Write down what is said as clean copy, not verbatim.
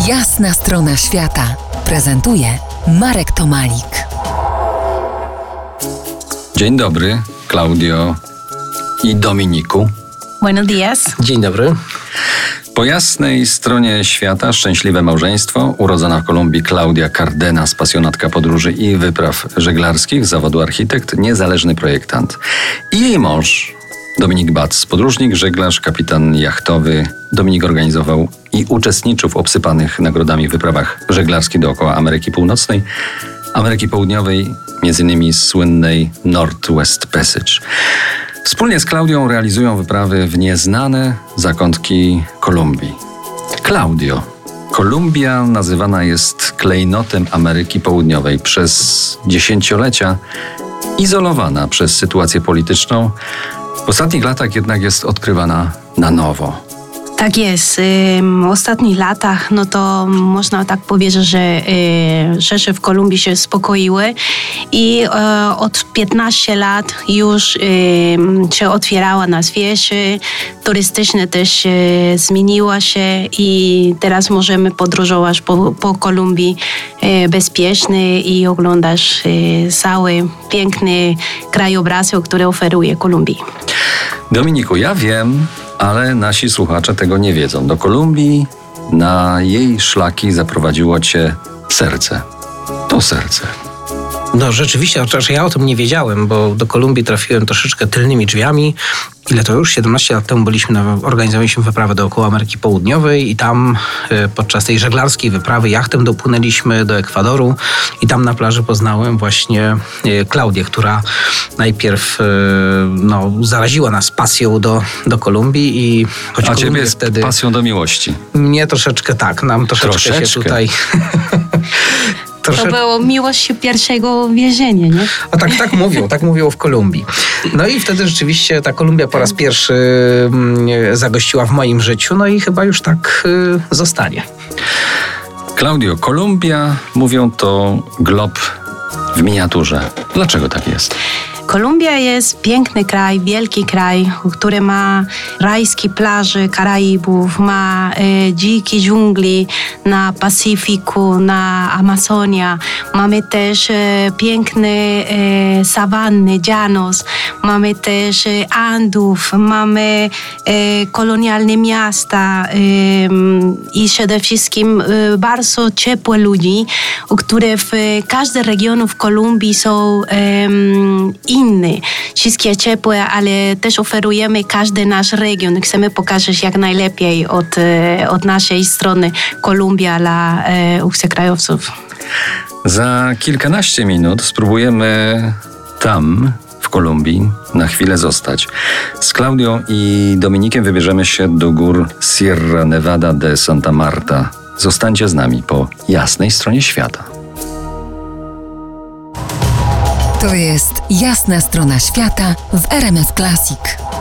Jasna strona świata prezentuje Marek Tomalik. Dzień dobry, Klaudio i Dominiku. Buenos días. Dzień dobry. Po jasnej stronie świata szczęśliwe małżeństwo, urodzona w Kolumbii Klaudia Cardenas, pasjonatka podróży i wypraw żeglarskich, z zawodu architekt, niezależny projektant. I jej mąż, Dominik Batz, podróżnik, żeglarz, kapitan jachtowy. Dominik organizował i uczestniczył w obsypanych nagrodami wyprawach żeglarskich dookoła Ameryki Północnej, Ameryki Południowej, m.in. słynnej Northwest Passage. Wspólnie z Klaudią realizują wyprawy w nieznane zakątki Kolumbii. Klaudio, Kolumbia nazywana jest klejnotem Ameryki Południowej. Przez dziesięciolecia izolowana przez sytuację polityczną. W ostatnich latach jednak jest odkrywana na nowo. Tak jest. W ostatnich latach, no to można tak powiedzieć, że rzeczy w Kolumbii się uspokoiły i od 15 lat już się otwierała na wieży, turystyczne też zmieniła się i teraz możemy podróżować po Kolumbii bezpiecznie i oglądać cały piękny krajobraz, który oferuje Kolumbii. Dominiku, ja wiem, ale nasi słuchacze tego nie wiedzą. Do Kolumbii, na jej szlaki zaprowadziło cię serce. To serce. No rzeczywiście, chociaż ja o tym nie wiedziałem, bo do Kolumbii trafiłem troszeczkę tylnymi drzwiami. Ile to już? 17 lat temu organizowaliśmy wyprawę dookoła Ameryki Południowej i tam podczas tej żeglarskiej wyprawy jachtem dopłynęliśmy do Ekwadoru i tam na plaży poznałem właśnie Klaudię, która najpierw zaraziła nas pasją do Kolumbii i choć A ciebie jest wtedy pasją do miłości. Mnie troszeczkę tak, nam troszeczkę się tutaj... To było miłość pierwszego wierzenia, nie? A tak mówią w Kolumbii. No i wtedy rzeczywiście ta Kolumbia po raz pierwszy zagościła w moim życiu, no i chyba już tak zostanie. Klaudio, Kolumbia, mówią to glob w miniaturze. Dlaczego tak jest? Kolumbia jest piękny kraj, wielki kraj, który ma rajskie plaże Karaibów, ma dzikie dżungli na Pacyfiku, na Amazonia. Mamy też piękne sawanny, llanos, mamy też Andów, mamy kolonialne miasta i przede wszystkim bardzo ciepłe ludzi, które w każdym regionie w Kolumbii są inny. Wszystkie ciepłe, ale też oferujemy każdy nasz region. Chcemy pokazać jak najlepiej od naszej strony Kolumbia dla obcokrajowców. Za kilkanaście minut spróbujemy tam, w Kolumbii, na chwilę zostać. Z Klaudią i Dominikiem wybierzemy się do gór Sierra Nevada de Santa Marta. Zostańcie z nami po jasnej stronie świata. To jest Jasna strona świata w RMF Classic.